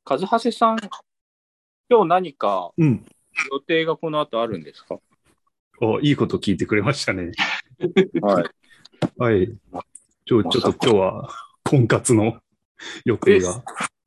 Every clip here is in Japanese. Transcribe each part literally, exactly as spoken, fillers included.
和橋さん、今日何かうん。 予定がこの後あるんですか？ お、いいこと聞いてくれましたね。 はい。 はい。ちょ、ちょっと今日は婚活の予定が。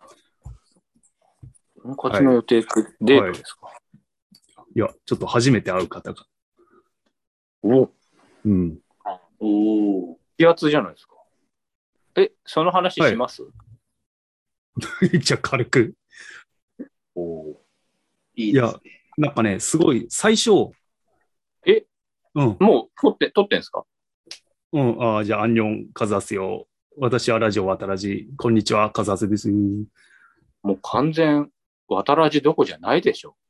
婚活の予定ってデートですか？ はい、いや、ちょっと初めて会う方が。 おうん。 お気圧じゃないですか。え、その話します？ めっちゃ軽く。 おいいですね。いや、 なんかね、すごい、最初。 え、 うん。 もう撮って、撮ってんすか？ うん、あじゃあ、アンニョン、カズハセよ。私はラジオ渡らじ。こんにちは、カズハセです。 もう完全、渡らじどこじゃないでしょ。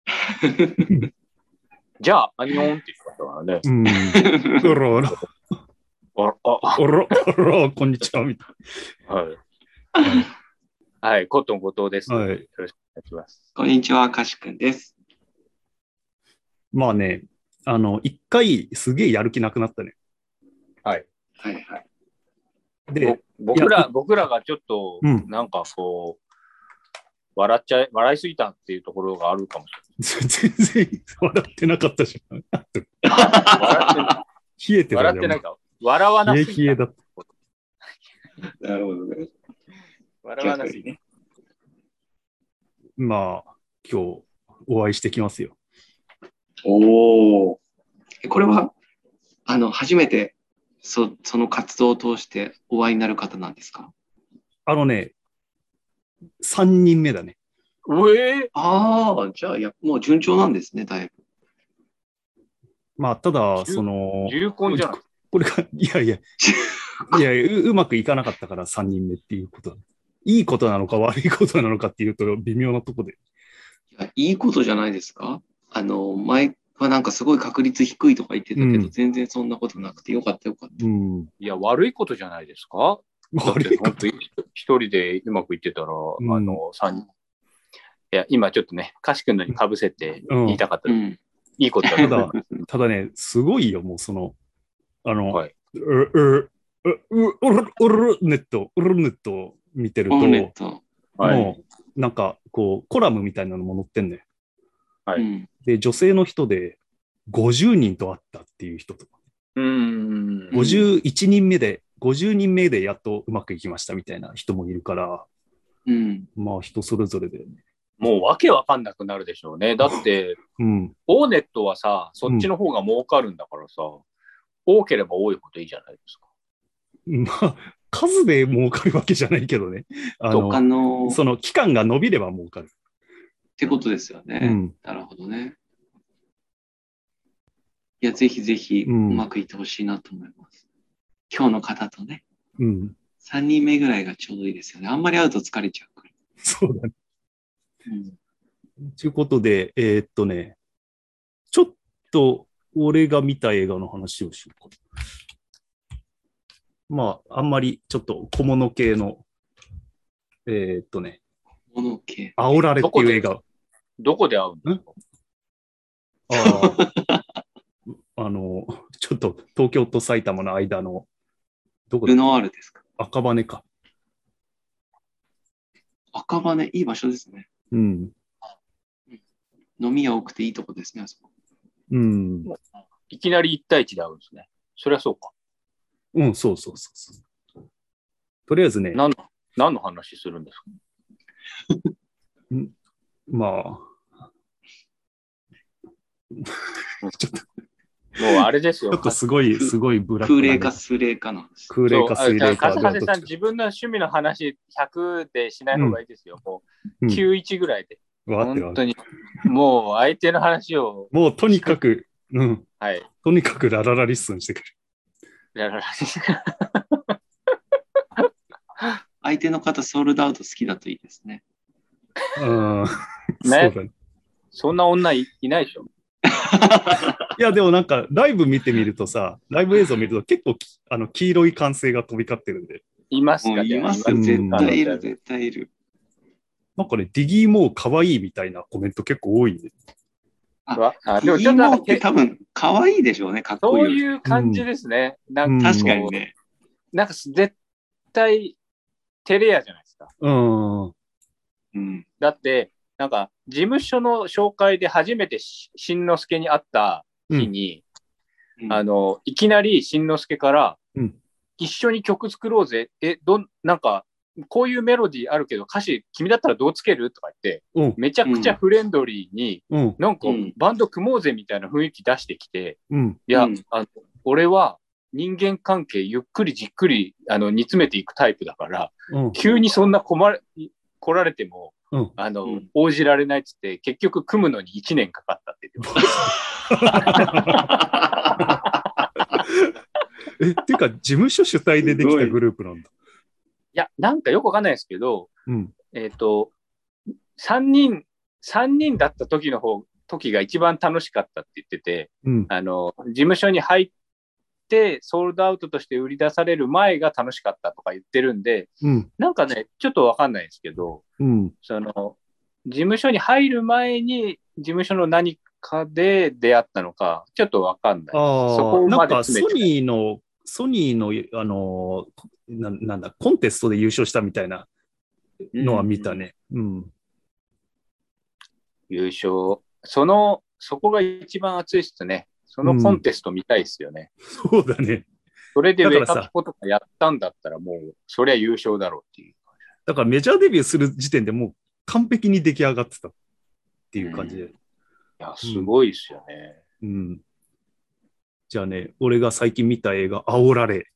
じゃあ、アンニョンって言ってましたからね。 うん。おらおら。 ああおらおら、こんにちは、みたいな。はい。はい、コットン後藤です。はい。よろしくお願いします。 こんにちは、かしくんです。 まあね、あの、一回すげえやる気なくなったね。 はい。 はいはい。 で、僕ら、僕らがちょっと、なんかこう、笑っちゃい、笑いすぎたっていうところがあるかもしれない。 全然笑ってなかったじゃん。笑ってない。 冷えてたじゃん。 笑ってないか。笑わなすぎた。 冷え冷えだった。 なるほどね。 笑わなすぎね。 まあ、今日お会いしてきますよ。 おお。これは、あの、初めて、そ、その活動を通してお会いになる方なんですか？ あのね、さんにんめだね。 うえー、 ああ、じゃあ、や、もう順調なんですね、だいぶ。 まあ、ただ、その、 重婚じゃない。 これが、いやいや、いやう、うまくいかなかったからさんにんめっていうことだ。いいことなのか悪いことなのかっていうと微妙なとこで。 いや、いいことじゃないですか？あの、前はなんかすごい確率低いとか言ってたけど、うん、全然そんなことなくてよかったよかった。 うん、 いや、悪いことじゃないですか？悪いこと。一人でうまくいってたら、うん、あの、三人。いや、今ちょっとね、かしくんのにかぶせて言いたかった。うん、いいことだただ、ただね、すごいよ、もうその、あの、はい、う、う、う、う、うるネット、うるネットを見てると、もう、なんか、こう、コラムみたいなのも載ってんね。 はい。 で、女性の人でごじゅうにんと会ったっていう人とか。 うん。 ごじゅういちにんめで、ごじゅうにんめでやっとうまくいきましたみたいな人もいるから、 うん、 まあ、人それぞれで、ね。 もうわけわかんなくなるでしょうね。だって、 うん、 オーネットはさ、そっちの方が儲かるんだからさ、うん、多ければ多いほどいいじゃないですか。 まあ、数で儲かるわけじゃないけどね。あの、あのー、その期間が伸びれば儲かる。 ってことですよね。うん、なるほどね。いや、ぜひぜひうまくいってほしいなと思います。うん、今日の方とね、 うん、 さんにんめぐらいがちょうどいいですよね。あんまり会うと疲れちゃうから。 そうだね。うん、ということで、えー、っとね、ちょっと俺が見た映画の話をしようか。まあ、あんまりちょっと小物系の、えー、っとね、 小物系。 煽られっていう映画。 どこで会うんですか？ ああ、あの、ちょっと東京と埼玉の間の、 どこだっけ？ルノワールですか？ 赤羽か。 赤羽、いい場所ですね。 うん。 飲み屋多くていいとこですね、あそこ。 うん。 いきなり一対一で会うんですね。そりゃそうか。 うん、そうそうそうそう。とりあえずね。 何の、何の話するんですか？ んまあ。ちょっと。 もうあれですよ。 ちょっとすごい、すごいブラック。 空冷か水冷かなんです。 空冷か水冷か。 笠橋さん、自分の趣味の話ひゃくでしない方がいいですよ。うん、もうきゅうじゅういちぐらいで。うん、本当に。もう相手の話を。 もうとにかく、うん。 はい。 とにかくラララリッスンしてくる。 ラララリッスン。 相手の方ソールドアウト好きだといいですね。 うん。 ね。そうだね。そんな女 い, いないでしょ。 いや、でもなんか、ライブ見てみるとさ、ライブ映像見ると結構、あの、黄色い歓声が飛び交ってるんで。 いますか？ いますよ。絶対いる、絶対いる。 なんかね、ディギーモー可愛いみたいなコメント結構多いんで。 あ、あでもちょっとって多分可愛いでしょうね、かっこいい。 そういう感じですね。うん、なんか確かにね。 なんか絶対、テレアじゃないですか。 うん。 うん、 だって、なんか、事務所の紹介で初めてしんのすけに会った日に、うん、あの、いきなりしんのすけから、うん、一緒に曲作ろうぜ。え、どん、なんか、こういうメロディーあるけど、歌詞、君だったらどうつけるとか言って、うん、めちゃくちゃフレンドリーに、うん、なんか、バンド組もうぜみたいな雰囲気出してきて、うん、いや、うん、あの、俺は人間関係ゆっくりじっくりあの煮詰めていくタイプだから、うん、急にそんな困れ、来られても、うん、あの、うん、応じられないっつって、結局組むのにいちねんかかったって言ってました。え、っていうか、事務所主体でできたグループなんだ。 いや、なんかよくわかんないですけど、うん、えっ、ー、と、さんにん、さんにんだった時の方、時が一番楽しかったって言ってて、うん、あの、事務所に入って、ソールドアウトとして売り出される前が楽しかったとか言ってるんで、うん、なんかね、ちょっとわかんないですけど、うん、その、事務所に入る前に、事務所の何かで出会ったのか、ちょっとわかんない。 あそこまで詰めてない。なんかソニーの、ソニーの、あのな、なんだ、コンテストで優勝したみたいなのは見たね。うん。うん、 優勝。その、そこが一番熱いっすね。そのコンテスト見たいっすよね。 うん、そうだね。 それでウェカピコとかやったんだったらもう、そりゃ優勝だろうっていう。 だからメジャーデビューする時点でもう完璧に出来上がってたっていう感じで。うん、いや、すごいっすよね。 うん。うん、じゃあね、俺が最近見た映画、煽られ。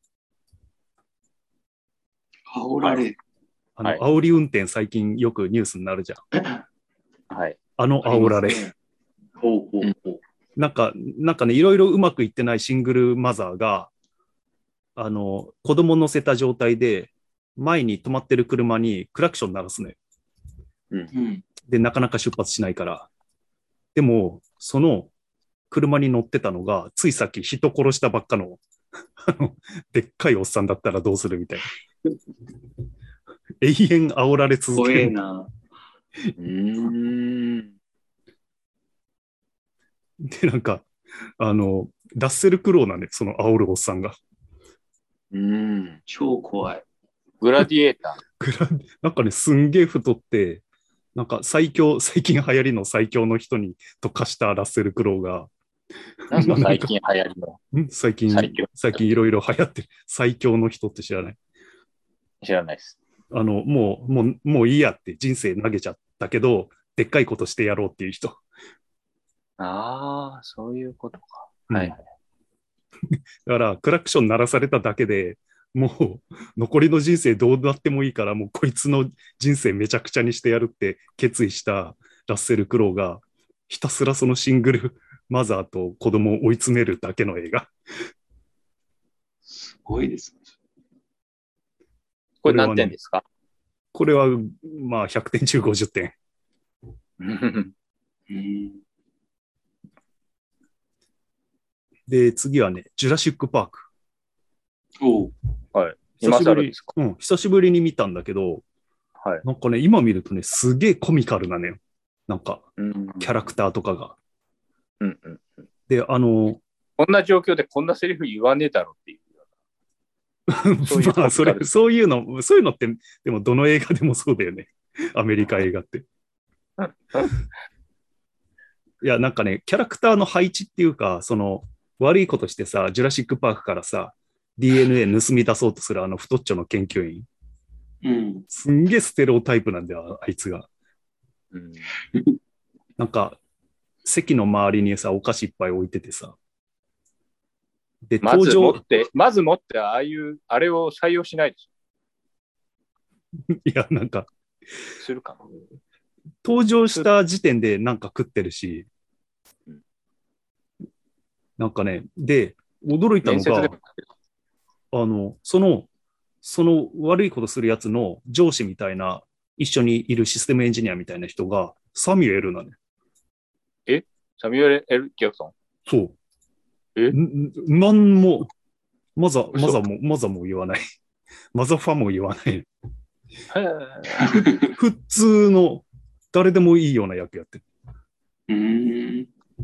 煽られ。 あの、はい、煽り運転最近よくニュースになるじゃん。 はい。 あの煽られ。 ほうほうほう。 なんか、なんかね、いろいろうまくいってないシングルマザーが、あの、子供乗せた状態で、前に止まってる車にクラクション鳴らすのよ。うん、で、なかなか出発しないから。でも、その車に乗ってたのが、ついさっき人殺したばっかの、あの、でっかいおっさんだったらどうするみたいな。永遠煽られ続ける。 怖えな。うーん。 で、なんか、あの、ラッセル・クロウなんで、その煽るおっさんが。 うん、超怖い。 グラディエーター。 グラなんかね、すんげえ太って、なんか最強、最近流行りの最強の人にと化したラッセル・クロウが。 なんか最近流行りのん最近、最近いろいろ流行ってる。最強の人って知らない？ 知らないです。 あの、もう、もう、もういいやって人生投げちゃったけど、でっかいことしてやろうっていう人。 ああ、そういうことか。はい、はい。 だから、クラクション鳴らされただけでもう、残りの人生どうなってもいいから、もうこいつの人生めちゃくちゃにしてやるって決意したラッセル・クロウが、ひたすらそのシングルマザーと子供を追い詰めるだけの映画。 すごいですね。 これ何点ですか？ これは、まあ、ひゃくてん中ごじゅってん。で、次はね、ジュラシック・パーク。 おはい。 久しぶり、うん、久しぶりに見たんだけど、はい、なんかね、今見るとね、すげえコミカルなね、なんか、キャラクターとかが。 うんうんうん、 で、あの、 こんな状況でこんなセリフ言わねえだろっていう。 そういうまあ、それ、そういうの、そういうのって、でもどの映画でもそうだよね。アメリカ映画って。いや、なんかね、キャラクターの配置っていうか、その、悪いことしてさ、ジュラシック・パークからさ、ディーエヌエー 盗み出そうとするあの太っちょの研究員。 うん。 すんげえステレオタイプなんだよ、あいつが。 うん、 なんか、席の周りにさ、お菓子いっぱい置いててさ。 で、まず持って、まず持って、ああいう、あれを採用しないでしょ。いや、なんか。 するかな。 登場した時点でなんか食ってるし。うん、なんかね、で、驚いたのが、あの、その、その悪いことするやつの上司みたいな、一緒にいるシステムエンジニアみたいな人が、サミュエルなの。 えサミュエル・エル・ジャクソン？ そう。 えなんも、マザ、マザも、マザも言わない。マザファも言わない。普通の、誰でもいいような役やってる。 うーん。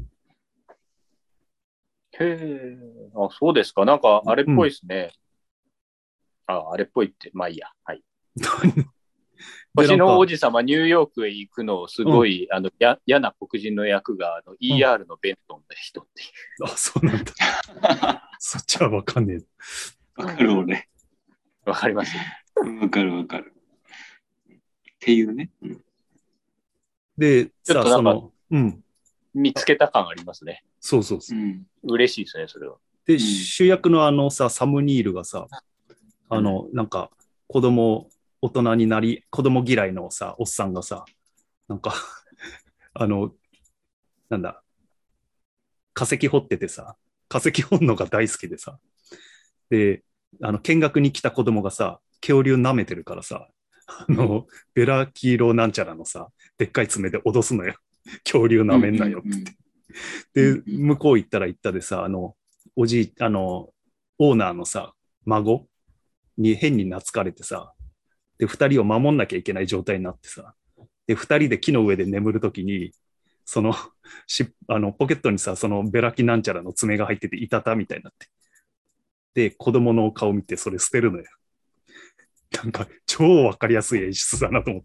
へえ、あ、そうですか。なんか、あれっぽいですね。うん、あ、あれっぽいって、まあいいや。はい。 星の王子様、ニューヨークへ行くのをすごい、うん、あのや嫌な黒人の役があの イーアール のベントンの人っていう。 うん、あ、そうなんだ。そっちはわかんねえ。わかる俺。 わかります。 わかるわかる。っていうね。うん、 で、ちょっとなんか、うん、見つけた感ありますね。 そうそうそう。 うん、嬉しいですね、それは。 で、うん、主役のあのさ、サム・ニールがさ、あの、うん、なんか、子供、大人になり、子供嫌いのさ、おっさんがさ、なんか、あの、なんだ、化石掘っててさ、化石掘るのが大好きでさ、で、あの、見学に来た子供がさ、恐竜舐めてるからさ、あの、ベラキーロなんちゃらのさ、でっかい爪で脅すのよ。恐竜舐めんなよって言って。で、向こう行ったら行ったでさ、あの、おじい、あの、オーナーのさ、孫に変に懐かれてさ、で、二人を守んなきゃいけない状態になってさ、で、二人で木の上で眠るときに、その、し、あの、ポケットにさ、そのベラキなんちゃらの爪が入ってて、いたたみたいになって。で、子供の顔見てそれ捨てるのよ。なんか、超わかりやすい演出だなと思って。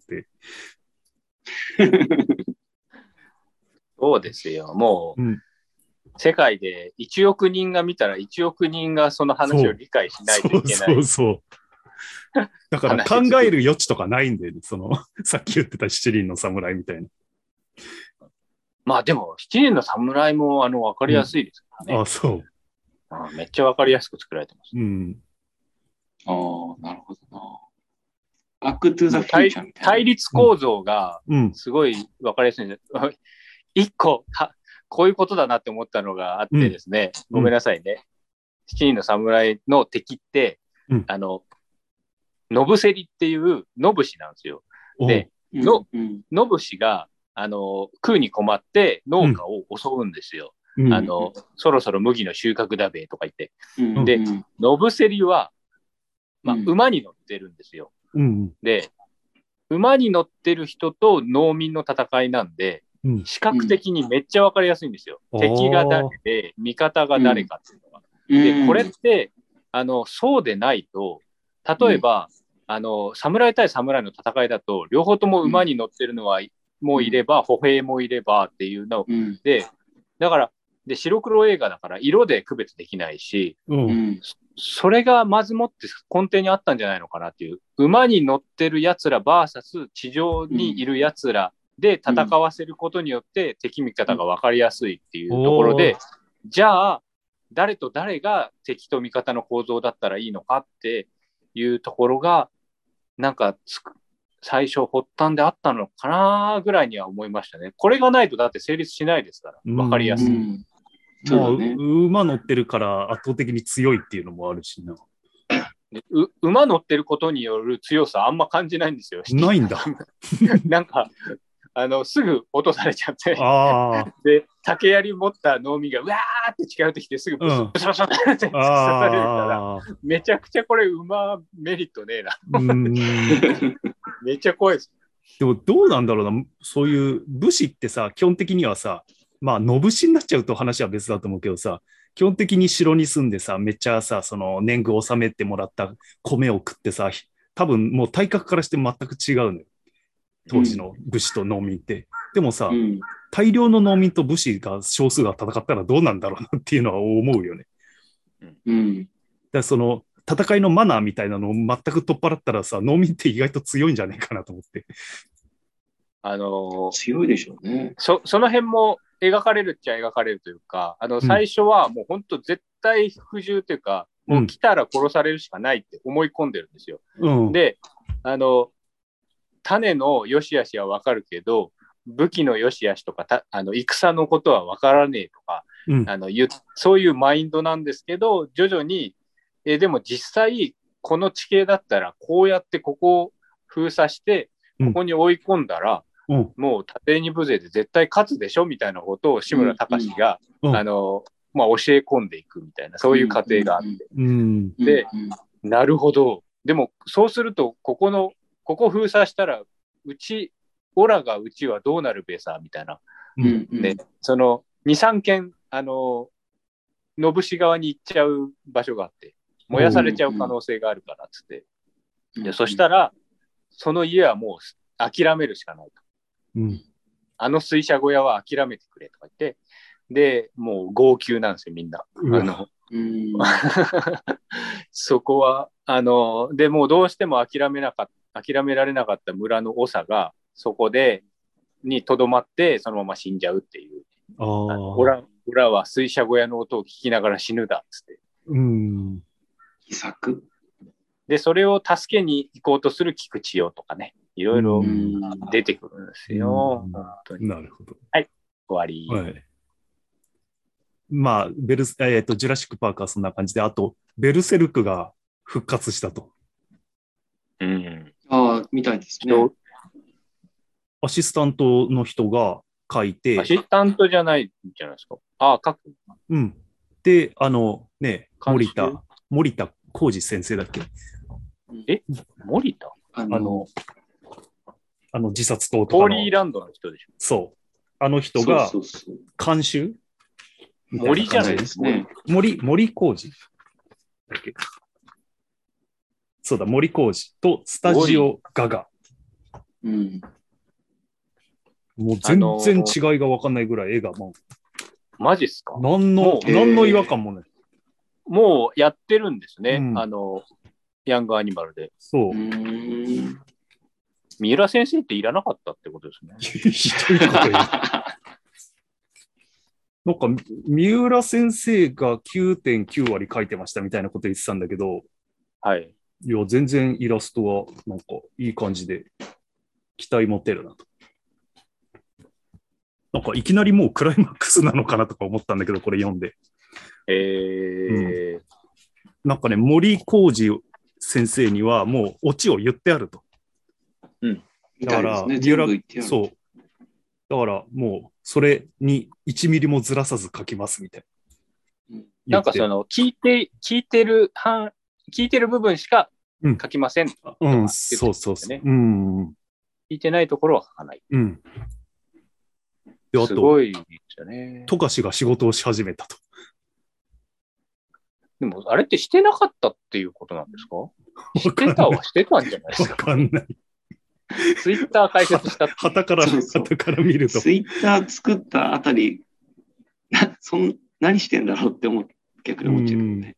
そうですよ。もう、うん、世界でいちおく人が見たらいちおく人がその話を理解しないといけない。 そうそうそう。だから考える余地とかないんで、ね、その、さっき言ってた七人の侍みたいな。 まあでも、七人の侍もあの分かりやすいですからね。 うん、あ、そう。 あめっちゃ分かりやすく作られてます。 うん。 ああ、なるほどな。バックトゥザフューチャーみたいな。 対立構造がすごい分かりやすいんです。うん、一個は、こういうことだなって思ったのがあってですね、うん、ごめんなさいね。七人の侍の敵って、うん、あの、ノブセリっていうノブシなんですよ。で、の、ノブシが、あの、食うに困って農家を襲うんですよ。うん、あの、そろそろ麦の収穫だべとか言って。うん、で、ノブセリは、まあ、馬に乗ってるんですよ。うん、で、馬に乗ってる人と農民の戦いなんで、うん、視覚的にめっちゃわかりやすいんですよ。うん、敵が誰で、味方が誰かっていうのが。うん、で、これって、あの、そうでないと、例えば、うん、あの、侍対侍の戦いだと、両方とも馬に乗ってるのは、もいれば、歩兵もいればっていうの、うん、で、だから、で、白黒映画だから色で区別できないし、うん、それがまずもって根底にあったんじゃないのかなっていう、馬に乗ってる奴ら ブイエス 地上にいる奴らで戦わせることによって敵味方が分かりやすいっていうところで、じゃあ、誰と誰が敵と味方の構造だったらいいのかっていうところが、なんかつく、最初発端であったのかなぐらいには思いましたね。これがないとだって成立しないですから、分かりやすい。うんそうね、馬乗ってるから圧倒的に強いっていうのもあるしな。 う馬乗ってることによる強さあんま感じないんですよ。 ないんだ。 なんか、あの、すぐ落とされちゃって、あで、竹槍持った農民がうわーって近寄ってきてすぐブスブスブスって刺されるから、めちゃくちゃこれ馬メリットねえな。うんめっちゃ怖いです。 でもどうなんだろうな、そういう武士ってさ、基本的にはさ、まあ、のぶしになっちゃうと話は別だと思うけどさ、基本的に城に住んでさ、めっちゃさ、その年貢を納めてもらった米を食ってさ、多分もう体格からして全く違うのよ。当時の武士と農民って。うん、でもさ、うん、大量の農民と武士が少数が戦ったらどうなんだろうなっていうのは思うよね。うん。だからその、戦いのマナーみたいなのを全く取っ払ったらさ、農民って意外と強いんじゃないかなと思って。 あのー、 強いでしょうね。 そ、その辺も、描かれるっちゃ描かれるというか、あの、最初はもう本当絶対服従というか、うん、もう来たら殺されるしかないって思い込んでるんですよ。うん、で、あの、種の良し悪しはわかるけど、武器の良し悪しとか、たあの戦のことはわからねえとか、うん、あのそういうマインドなんですけど、徐々に、えでも実際、この地形だったら、こうやってここを封鎖して、ここに追い込んだら、うん、もう縦に無勢で絶対勝つでしょみたいなことを志村隆が、うんうん、あの、まあ、教え込んでいくみたいな、そういう過程があって。うん、で、なるほど。でも、そうすると、ここの、ここ封鎖したら、うち、オラがうちはどうなるべさみたいな。うんうん、で、その、に、さんけん、あの、野伏側に行っちゃう場所があって、燃やされちゃう可能性があるからっつって。で、そしたら、その家はもう諦めるしかないと。 うん、 あの水車小屋は諦めてくれとか言って、で、もう号泣なんですよ、みんな。あのうんそこは、あの、でもうどうしても諦めなかった、諦められなかった村の長が、そこで、にとどまって、そのまま死んじゃうっていう。 ああ。 オラ、オラは水車小屋の音を聞きながら死ぬだっつって。 うん。 秘策。 で、それを助けに行こうとする菊千代とかね、いろいろ出てくるんですよ。本当に。 なるほど。 はい、終わり。 はい。まあ、ベルス、えっと、ジュラシックパークはそんな感じで、あと、ベルセルクが復活したと。 うん。 ああ、みたいですね。 アシスタントの人が書いて。 アシスタントじゃないんじゃないですか。ああ、書く。 うん。で、あの、ね、森田、森田浩二先生だっけ？ え森田あの、あの自殺党とかの。ホーリーランドの人でしょ。 そう。あの人が監修森じゃないですね。 森、森浩二だっけ？そうだ、森浩二とスタジオガガ。 うん。 もう全然違いが分かんないぐらい絵がもう。マジっすか？ 何の、何の違和感もない。 もうやってるんですね。うん、あの、ヤングアニマルで。 そう。 三浦先生っていらなかったってことですね。 ひどいこと言う。なんか、三浦先生が きゅうてんきゅう 割書いてましたみたいなこと言ってたんだけど、 はい。 いや、全然イラストはなんかいい感じで期待持てるなと。なんかいきなりもうクライマックスなのかなとか思ったんだけど、これ読んで。 えー、うん、 なんかね、森浩二先生にはもうオチを言ってあると。 うん。 だから、ね、三浦、そう。だからもうそれにいちミリもずらさず書きますみたいな。なんかその聞いて、聞いてる、聞いてる部分しか書きません、ね。 うん、うん、そうそうそう。うん。 聞いてないところは書かない。 うん。で、あと、 すごいですよね。 富樫が仕事をし始めたと。 でも、あれってしてなかったっていうことなんですか？してたはしてたんじゃないですか。 わかんない。 ツイッター解説したって。 はたから、はたから見ると。 ツイッター作ったあたり、なそん何してんだろうって思う、逆に思っちゃうね。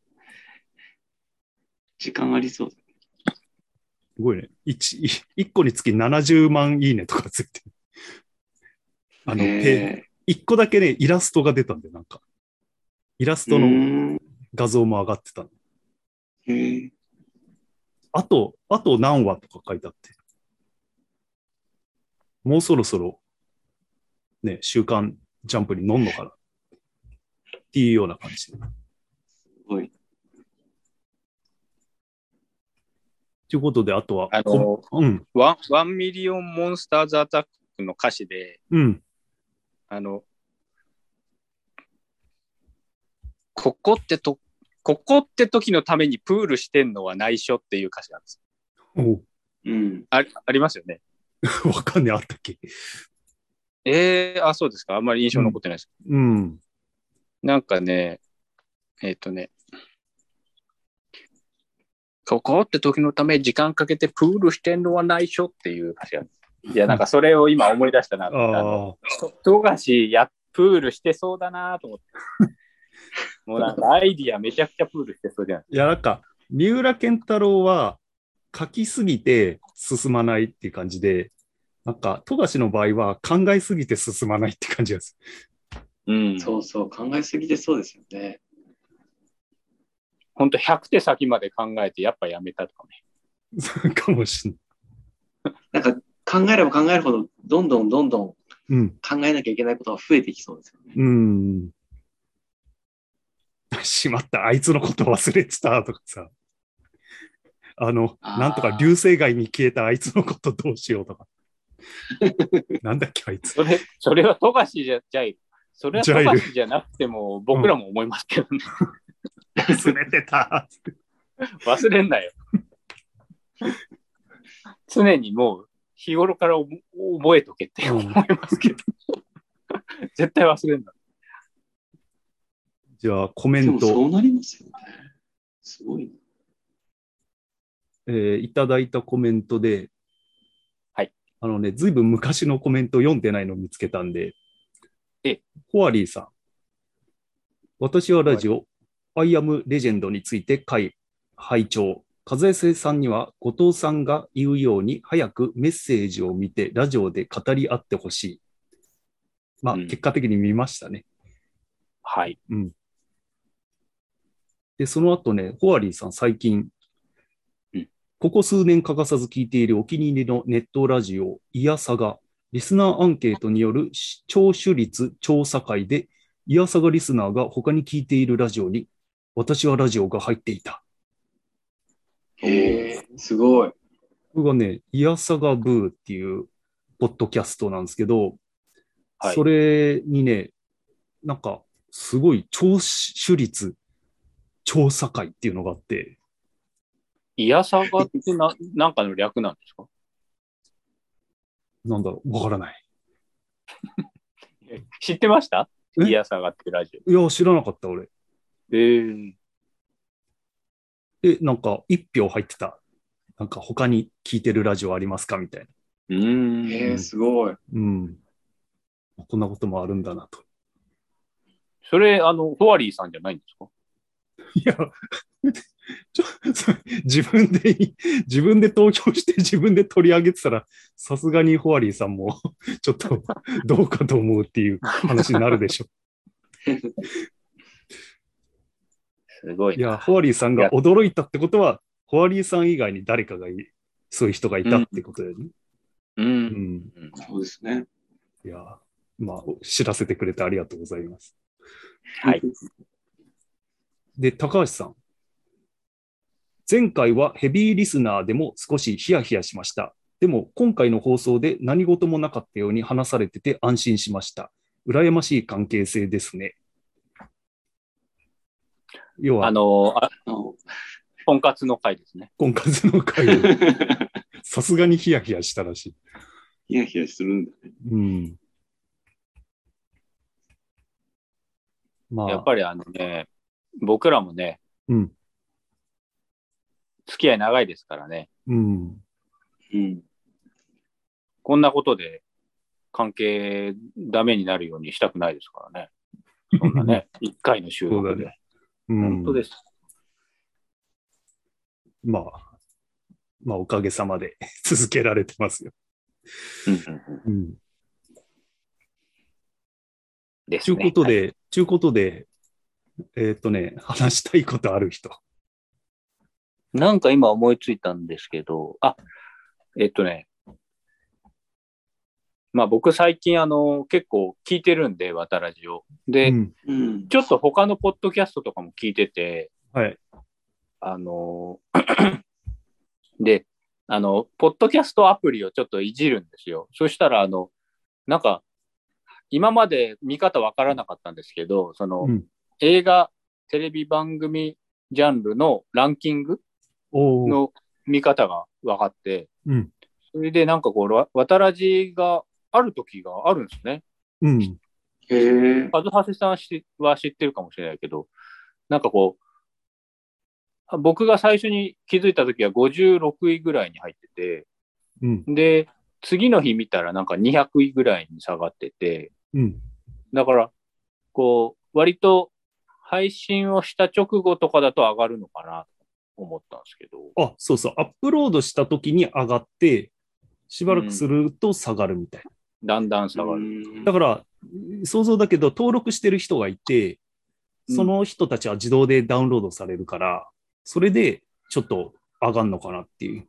時間ありそう。 すごいね。1, いっこにつきななじゅうまんいいねとかついてる。あの、ペいっこだけね、イラストが出たんで、なんか。イラストの画像も上がってたの。 へあと、あと何話とか書いてあって。もうそろそろ、ね、週刊ジャンプに乗んのかなっていうような感じ。すごい。 ということで、あとは、 あの、うん、ワン、ワンミリオンモンスターズアタックの歌詞で、 うん。 あの、ここってと、ここって時のためにプールしてんのは内緒っていう歌詞なんです。 おうん。 あ、ありますよね。 わかんねえ、あったっけ。 ええー、あ、そうですか。あんまり印象残ってないです。 うん。うん、 なんかね、えっ、ー、とね、ここって時のため時間かけてプールしてんのは内緒っていう歌詞なんです。いや、なんかそれを今思い出したな。あの、富樫や、プールしてそうだなと思って。もうなんかアイディアめちゃくちゃプールしてそうじゃないですか。 いや、なんか、三浦健太郎は書きすぎて進まないっていう感じで、なんか、富樫の場合は考えすぎて進まないって感じです。 うん。 そうそう、考えすぎてそうですよね。 本当ひゃく手先まで考えてやっぱやめたとかね。かもしれない。なんか考えれば考えるほど、どんどんどんどん考えなきゃいけないことが増えてきそうですよね。 うん。しまった、あいつのこと忘れてたとかさ。あの、あなんとか流星街に消えたあいつのことどうしようとか。なんだっけ、あいつ。 それ、それは富樫じゃ、じゃい。それは富樫じゃなくても僕らも思いますけどね。 うん、忘れてた。 忘れんなよ。常にもう日頃から覚えとけって思いますけど。うん、絶対忘れんな。 じゃあコメント。 そうなりますよね。すごい。 えー、いただいたコメントで、 はい。 あのね、ずいぶん昔のコメント読んでないのを見つけたんで、 え、 ホアリーさん。私はラジオ、アイアムレジェンドについて回、拝聴。風江さんには後藤さんが言うように早くメッセージを見てラジオで語り合ってほしい。まあ、うん、結果的に見ましたね。 はい。 うん。で、その後ね、ホアリーさん最近、 うん、 ここ数年欠かさず聞いているお気に入りのネットラジオ、イヤサガ、リスナーアンケートによる聴取率調査会で、イヤサガリスナーが他に聞いているラジオに、私はラジオが入っていた。 へえ、すごい。 これがね、イヤサガブーっていうポッドキャストなんですけど、はい、それにね、なんか、すごい聴取率調査会っていうのがあって。 イヤサガってな、なんかの略なんですか？ なんだろう、わからない。 知ってました？イヤサガってラジオ。いや、知らなかった、俺。 えー、 え、なんか、一票入ってた。なんか、他に聞いてるラジオありますかみたいな。 うーん。 えー、すごい。 うん。こんなこともあるんだなと。 それ、あの、ホアリーさんじゃないんですか？ いや、ちょ自分で、自分で投票して自分で取り上げてたら、さすがにホアリーさんも、ちょっとどうかと思うっていう話になるでしょ。 すごい。 いや、ホアリーさんが驚いたってことは、ホアリーさん以外に誰かがい、そういう人がいたってことだよね。 うん。うん。 うん、そうですね。 いや、まあ、知らせてくれてありがとうございます。 はい。 で、高橋さん。前回はヘビーリスナーでも少しヒヤヒヤしました。でも今回の放送で何事もなかったように話されてて安心しました。羨ましい関係性ですね。要は、 あの、あ婚活の回ですね。 婚活の回で、さすがにヒヤヒヤしたらしい。 ヒヤヒヤするんだね。 うん。 まあ、やっぱりあのね、僕らもね、 うん。 付き合い長いですからね。 うん。 うん。 こんなことで関係ダメになるようにしたくないですからね。そんなね、一回の収録で。 ね、うん。 本当です。 まあ、まあおかげさまで続けられてますよ。 うん。うんですね。 ということで、はい、ということで、えーっとね、話したいことある人。 なんか今思いついたんですけど、あ、えっとね、まあ僕最近あの結構聞いてるんで、わたらじを。で、うん、ちょっと他のポッドキャストとかも聞いてて、 はい。 あの、で、あの、ポッドキャストアプリをちょっといじるんですよ。そしたら、あの、なんか、今まで見方わからなかったんですけど、その、うん、映画、テレビ番組ジャンルのランキングの見方が分かって、 うん、 それでなんかこう、わたらじがある時があるんですね。 うん。 へぇ。カズハセさんは知ってるかもしれないけど、なんかこう、僕が最初に気づいた時はごじゅうろくいぐらいに入ってて、 うん、 で、次の日見たらなんかにひゃくいぐらいに下がってて、 うん、 だから、こう、割と配信をした直後とかだと上がるのかなと思ったんですけど。 あ、そうそう。アップロードした時に上がって、しばらくすると下がるみたいな。 うん、だんだん下がる。 だから、想像だけど登録してる人がいて、その人たちは自動でダウンロードされるから、それでちょっと上がるのかなっていう。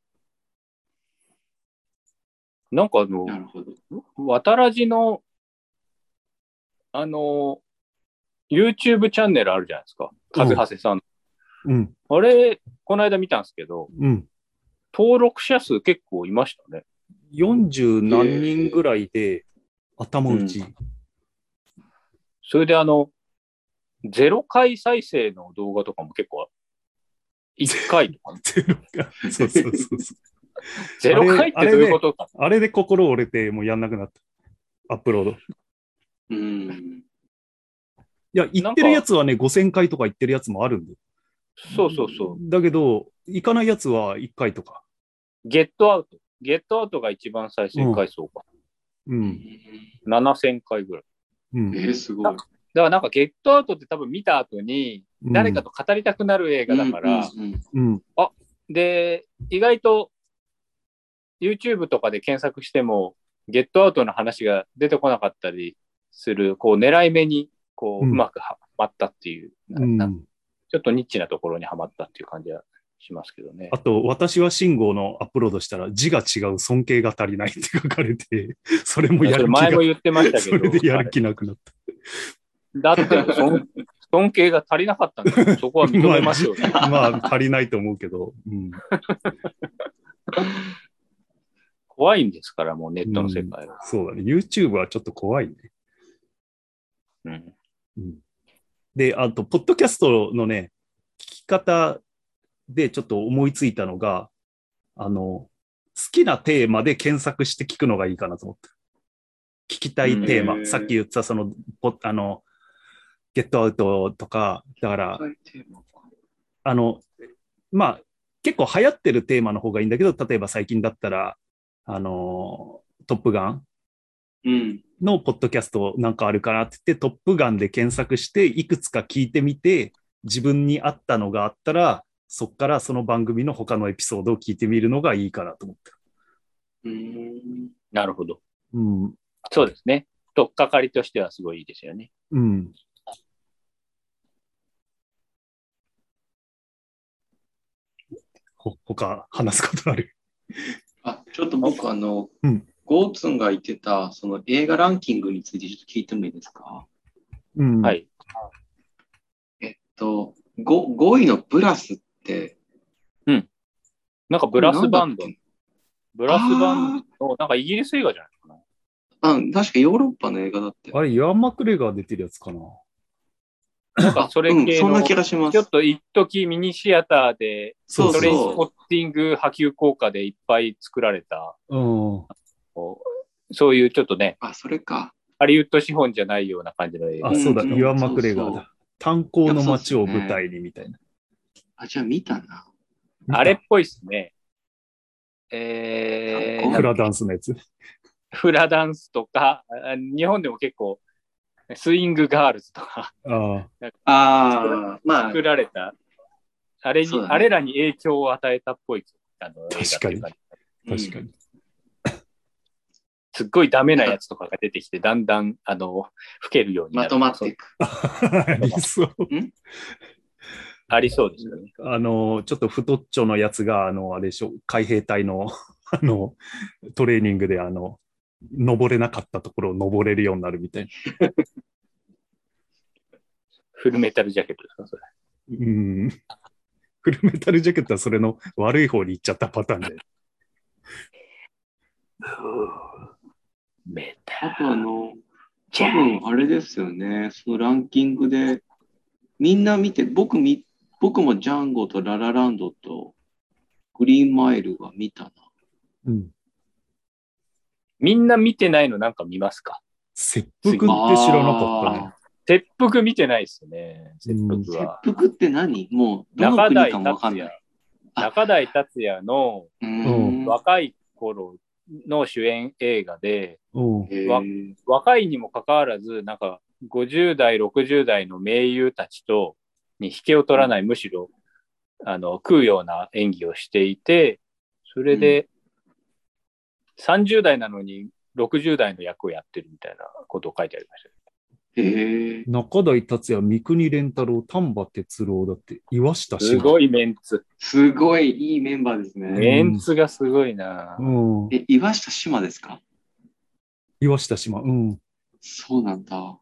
なんかあの、わたらじの、あの、YouTube チャンネルあるじゃないですか。カズハセさん。 うん。 あれ、この間見たんですけど、 うん。 登録者数結構いましたね。 よんじゅう何人ぐらいで、頭打ち、うん。 それであの、ゼロ回再生の動画とかも結構、いっかいとか、ね。 ゼロ回。そうそうそうそう。 ゼロ回ってどういうことか。 あれで心折れて、もうやんなくなった。アップロード。 うん。 いや、行ってるやつはね、ごせんかいとか行ってるやつもあるんで。 そうそうそう。 だけど、行かないやつはいっかいとか。 ゲットアウト。 ゲットアウトが一番再生回数か。 うん。 ななせんかいぐらい。 うん、えー、すごい。 だからなんかゲットアウトって多分見た後に誰かと語りたくなる映画だから、あ、で、意外と YouTube とかで検索してもゲットアウトの話が出てこなかったりする、こう狙い目にこう、うん、うまくはまったっていう、うん、ちょっとニッチなところにはまったっていう感じはしますけどね。 あと、私は信号のアップロードしたら字が違う、尊敬が足りないって書かれて、それもやる気が、 前も言ってましたけど、 それでやる気なくなった。 だって尊、尊敬が足りなかったんだよ。そこは認めますよね。 まあ、まあ、足りないと思うけど。うん、 怖いんですから、もうネットの世界は、 うん。そうだね。YouTube はちょっと怖いね。 うんうん、で、あと、ポッドキャストのね、聞き方でちょっと思いついたのが、あの、好きなテーマで検索して聞くのがいいかなと思って。聞きたいテーマ。さっき言ったその、あの、ゲットアウトとか、だから、あの、まあ、結構流行ってるテーマの方がいいんだけど、例えば最近だったら、あの、トップガンのポッドキャストなんかあるかなって言って、トップガンで検索して、いくつか聞いてみて、自分に合ったのがあったら、そこからその番組の他のエピソードを聞いてみるのがいいかなと思って。 うーん、なるほど。 うん。 そうですね。とっかかりとしてはすごいいいですよね。 うん。ほ、他話すことある？ あ、ちょっと僕、あの、 うん、 ゴーツンが言ってた、その映画ランキングについてちょっと聞いてもいいですか？ うん。 はい。 えっと、ご, ごいのブラスって、 うん。なんかブラスバンド。ブラスバンドの、なんかイギリス映画じゃないかな。 あ、確かヨーロッパの映画だって。 あれ、イワン・マクレガー出てるやつかな。 なんかそれ系の、うん、 そんな気がします。 ちょっと一時ミニシアターで、 そうそう、 トレインスポッティング波及効果でいっぱい作られた、 うん、 そういうちょっとね、 あ、それか。 ハリウッド資本じゃないような感じの映画。 あ、そうだ、イワン・マクレガーだ。炭鉱の街を舞台にみたいな。 あ、じゃあ見たな。 あれっぽいっすね。えー、 フラダンスのやつ。 フラダンスとか、日本でも結構、スイングガールズとか、 ああ、まあ、 作られた、あれに、ね、あれらに影響を与えたっぽいあの映画っていうか、 確かに。 すっごいダメなやつとかが出てきて、だんだん、あの、老けるようになる。 まとまっていく。 ありそう。 ありそうですよね。 あの、ちょっと太っちょのやつが、あの、あれでしょ、海兵隊の、あの、トレーニングで、あの、登れなかったところを登れるようになるみたいな。 フルメタルジャケットですか、それ。 うん。フルメタルジャケットはそれの悪い方に行っちゃったパターンで。 メタル。 あとあの、多分あれですよね、そのランキングで、みんな見て、僕み、僕もジャンゴとララランドとグリーンマイルは見たな。 うん。 みんな見てないのなんか見ますか？ 切腹って知らなかったね。 切腹見てないですね。切腹は。 切腹って何？もうどの国かもわかんない。 中台達也の若い頃の主演映画で、わ若いにもかかわらず、なんかごじゅう代、ろくじゅう代の名優たちとに引けを取らない、むしろあの食うような演技をしていて、それでさんじゅう代なのにろくじゅう代の役をやってるみたいなことを書いてありました。 へ中台達也、三國連太郎、丹波哲郎だって、岩下志麻。 すごいメンツ。 すごいいいメンバーですね。 メンツがすごいな。 うん、 え、岩下志麻ですか？ 岩下志麻、うん。 そうなんだ。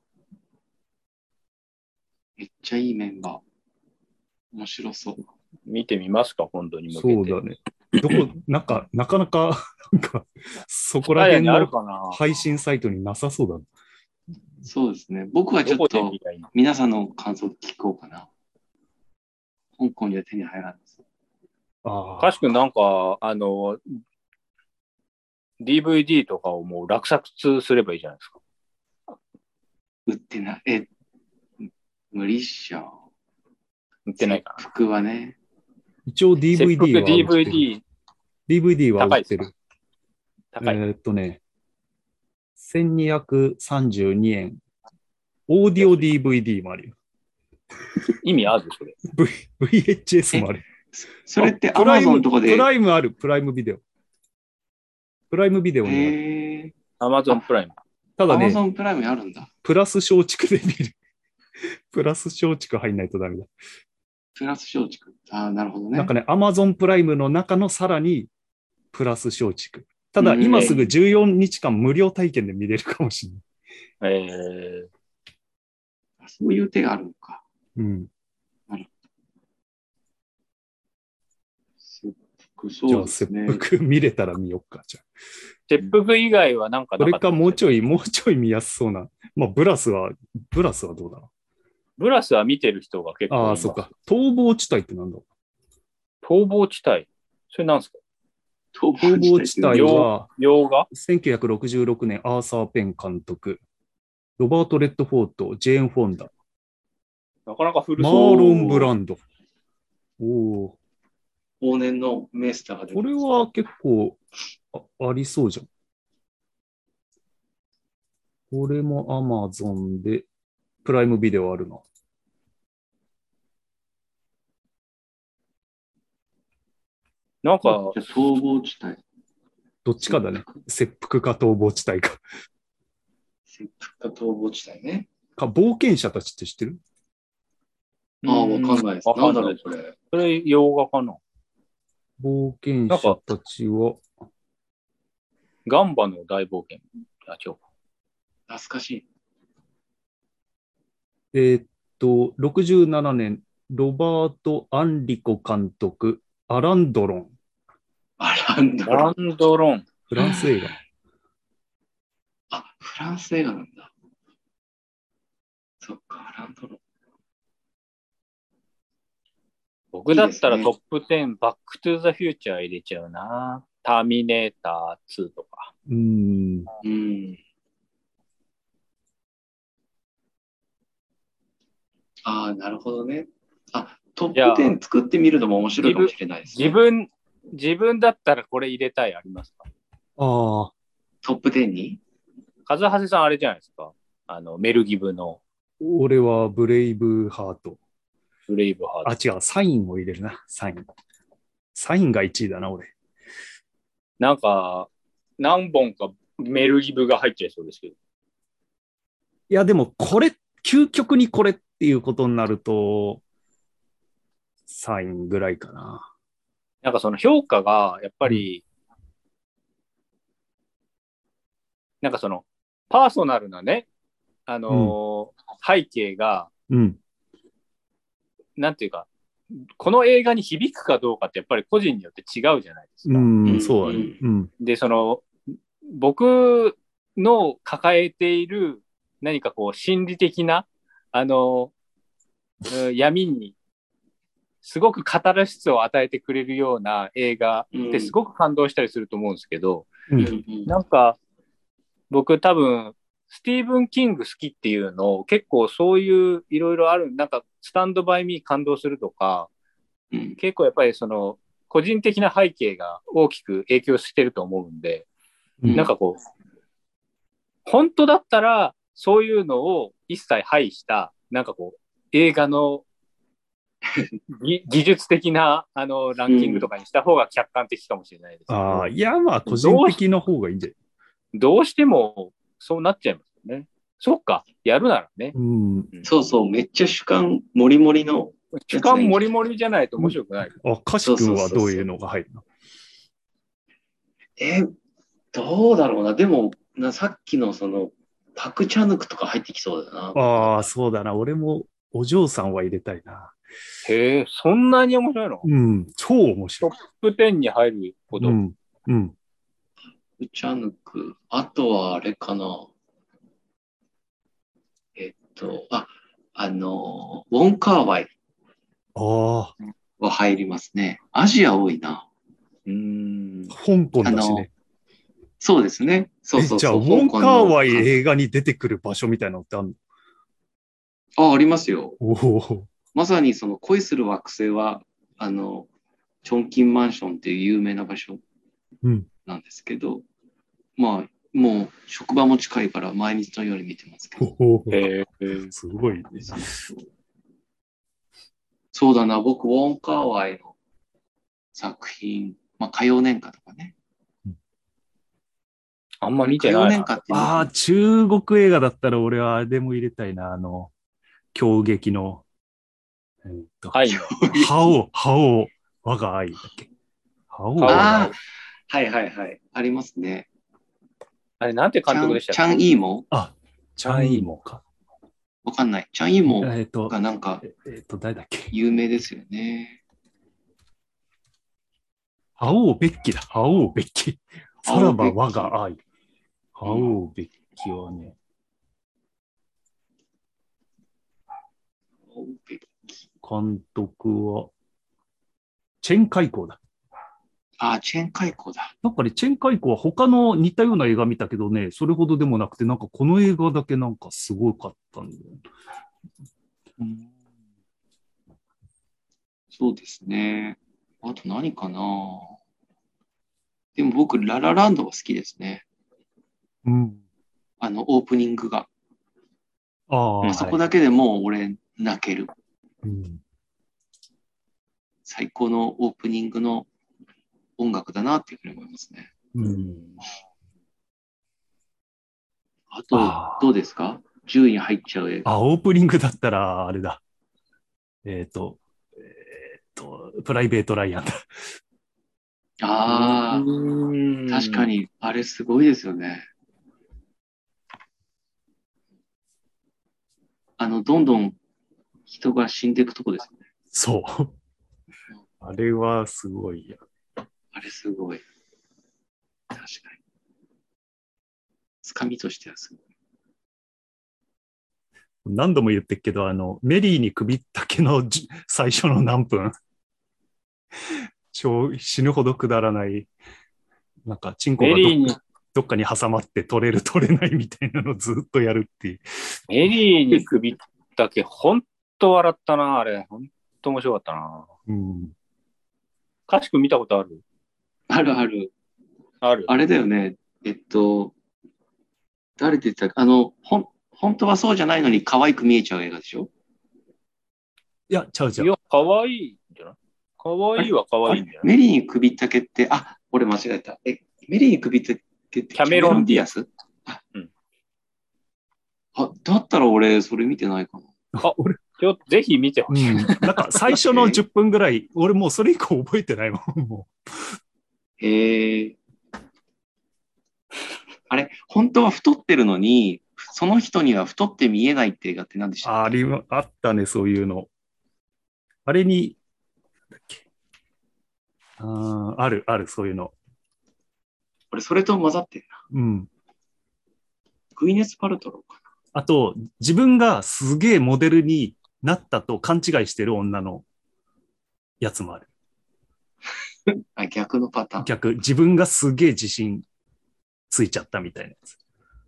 めっちゃいいメンバー。面白そう。 見てみますか、今度に向けて。 そうだね。どこ、なんか、なかなか、なんか、そこら辺の配信サイトになさそうだな。 そうですね。僕はちょっと皆さんの感想聞こうかな。香港には手に入らないです。 ああ。かしくんなんか、あの、ディーブイディー とかをもう落札すればいいじゃないですか。 売ってない。え、無理っしょ。 売ってないかな。 服はね。 一応 ディーブイディー は売ってる。 ディーブイディー。 ディーブイディー は売ってる。 高い。 えーっとね、せんにひゃくさんじゅうにえん。オーディオ ディーブイディー もあるよ。 意味あるそれ。 v、ブイエイチエス もある。 それってプライ Amazon ム、 とかで。 プライムある、プライムビデオ。プライムビデオにある。 へアマゾンプライム。 ただね、 Amazon プライムにあるんだ。 プラス松竹で見る。プラス松竹入んないとダメだ。 プラス松竹。ああ、なるほどね。 なんかね、Amazon プライムの中のさらにプラス松竹。ただ、今すぐじゅうよっかん無料体験で見れるかもしれない。 えー、そういう手があるのか。 うん。 なるほど。そうですね。 じゃあ、切腹見れたら見よっか、じゃあ。 切腹以外はなんかそれかもうちょい、もうちょい見やすそうな。まあ、ブラスは、ブラスはどうだろう。 ブラスは見てる人が結構います。 ああ、そうか。逃亡地帯ってなんだろう。逃亡地帯。それなんですか？ 逃亡地帯は、 洋画せんきゅうひゃくろくじゅうろくねん、アーサー・ペン監督。ロバート・レッドフォード、ジェーン・フォンダ。 なかなか古そう。マーロン・ブランド。おお。 往年のメスターが出てこれは結構 あ, ありそうじゃん。これも Amazon で、プライムビデオあるな。 なんか、 逃亡地帯。 どっちかだね。切腹か逃亡地帯か。 切腹か逃亡地帯ね。 か、冒険者たちって知ってる？ ああ、わかんないです。なんだろう、これ。 それ、洋画かな？ 冒険者たちは。 ガンバの大冒険。あ、違う。 懐かしい。 えー、っと、ろくじゅうななねん、ロバート・アンリコ監督、アランドロン。 アランドロン。 アランドロン。 フランス映画。 あ、フランス映画なんだ。そっか、アランドロン。 僕だったらトップじゅう、バックトゥーザフューチャー入れちゃうな。ターミネーターツーとか。 うーん。 うん。ああ、なるほどね。あ、トップじゅう作ってみるのも面白いかもしれないですね。 自分、自分だったらこれ入れたいありますか？ ああ。 トップじゅうに？ カズハセさんあれじゃないですか。あの、メルギブの。 俺はブレイブハート。 ブレイブハート。あ、違う。サインを入れるな。サイン。サインがいちいだな、俺。 なんか、何本かメルギブが入っちゃいそうですけど。 いや、でもこれ、究極にこれっていうことになると、サインぐらいかな。 なんかその評価が、やっぱり、うん、なんかその、パーソナルなね、あのーうん、背景が、 うん、 なんていうか、この映画に響くかどうかってやっぱり個人によって違うじゃないですか。 うん、そうだね。うん、 で、その、僕の抱えている何かこう心理的な、あの、闇にすごくカタルシスを与えてくれるような映画ってすごく感動したりすると思うんですけど、 うん、 なんか僕多分スティーブン・キング好きっていうのを結構そういういろいろある、なんかスタンドバイミー感動するとか、うん、結構やっぱりその個人的な背景が大きく影響してると思うんで、うん、なんかこう、本当だったらそういうのを一切排した、なんかこう、映画の技術的なあのランキングとかにした方が客観的かもしれないですけど、 うん、ああ、いや、まあ、個人的な方がいいんじゃない？ どうしてもそうなっちゃいますよね。そっか、やるならね。 うんうん、そうそう、めっちゃ主観もりもりの。 主観もりもりじゃないと面白くない。 うん、あ、カシ君はどういうのが入るの？ え、どうだろうな。でも、なさっきのその、パクチャヌクとか入ってきそうだな。 ああ、そうだな。俺もお嬢さんは入れたいな。 へえ、そんなに面白いの？ うん、超面白い。 トップじゅうに入るほど。 うん。うん。 パクチャヌク。あとはあれかな。えっと、あ、あの、ウォンカーワイ。 ああ。 は入りますね。アジア多いな。 うーん。 香港だしね。 そうですね。そうそうそう。 じゃあ、ウォンカーワイ映画に出てくる場所みたいなのってあるの？ あ、ありますよ。 おお。 まさにその恋する惑星は、あの、チョンキンマンションっていう有名な場所なんですけど、うん、 まあ、もう職場も近いから毎日のように見てますけど。 へー、すごいね。 そうだな、僕、ウォンカーワイの作品、まあ、歌謡年歌とかね。 あんま見てないな。 歌謡年歌ってああ、中国映画だったら俺はあれでも入れたいな、あの、狂劇の、えー、っと、 はい。 覇王、覇王、我が愛だっけ。覇王。 ああ、はいはいはい。ありますね。 あれ、なんて監督でしたっけ？ チャン・イーモあ、チャン・イーモか。 わかんない。チャン・イーモえっと、 がなんか、 えっと、誰だっけ。 有名ですよね。 覇王ベッキだ、覇王ベッキ。さらば我が愛。覇王ベッキはね。監督は、チェン・カイコーだ。 ああ、チェン・カイコーだ。 なんかね、チェン・カイコーは他の似たような映画見たけどね、それほどでもなくて、なんかこの映画だけなんかすごかったんだよ。 うん、そうですね。あと何かな。でも僕、ララランドは好きですね。 うん。 あの、オープニングが。 ああ。 そこだけでもう俺、泣ける。 うん、 最高のオープニングの音楽だなっていうふうに思いますね。 うん、 あと、どうですか？じゅういに入っちゃう映画。 あ、オープニングだったら、あれだ。えっ、ー、と、えっ、ー、と、プライベート・ライアンだ。 ああ、確かに、あれすごいですよね。あの、どんどん人が死んでいくとこですよね。 そう。あれはすごいや。 あれすごい。確かに。つかみとしてはすごい。 何度も言ってっけど、あの、メリーに首ったけの最初の何分。超死ぬほどくだらない。なんか、チンコがどっかどっかに挟まって取れる取れないみたいなのをずっとやるっていう。 メリーに首ったけ、ほんと笑ったな、あれ。ほんと面白かったな。 うん。 かしく見たことある？ あるある。 ある。 あれだよね。えっと、誰って言ってたか、あの、ほん、本当はそうじゃないのに可愛く見えちゃう映画でしょ？ いや、ちゃうちゃう。 いや、可愛いんじゃない？可愛いは可愛いんじゃない？ メリーに首ったけって、あ、俺間違えた。え、メリーに首ったけってキャメロン・ディアス？あ、うん。あ、だったら俺、それ見てないかな。 あ、俺、ちょっとぜひ見てほしい。うん、 なんか最初のじゅっぷんぐらい、俺もうそれ以降覚えてないもん、もう。 へえ。あれ、本当は太ってるのに、その人には太って見えないって映画って何でしたっけ？ あり、あったね、そういうの。あれに、だっけ。あある、ある、そういうの。 俺、それと混ざってるな。うん。 グイネス・パルトローかな。 あと、自分がすげえモデルになったと勘違いしてる女のやつもある。 あ、逆のパターン。 逆、自分がすげえ自信ついちゃったみたいなやつ。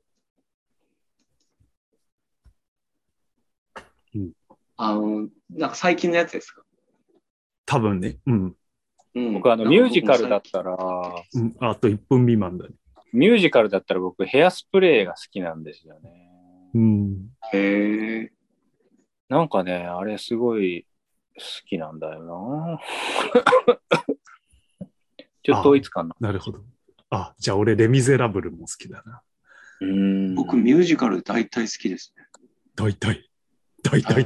うん。あの、なんか最近のやつですか？ 多分ね。うん。 うん、僕、あの、ミュージカルだったら、 うん、あといっぷん未満だね。 ミュージカルだったら僕、ヘアスプレーが好きなんですよね。 うん。 へえ。 なんかね、あれすごい好きなんだよな。ちょっと統一感な。 なるほど。あ、じゃあ俺、レ・ミゼラブルも好きだな。 うん。僕、ミュージカル大体好きですね。 大体。大体っ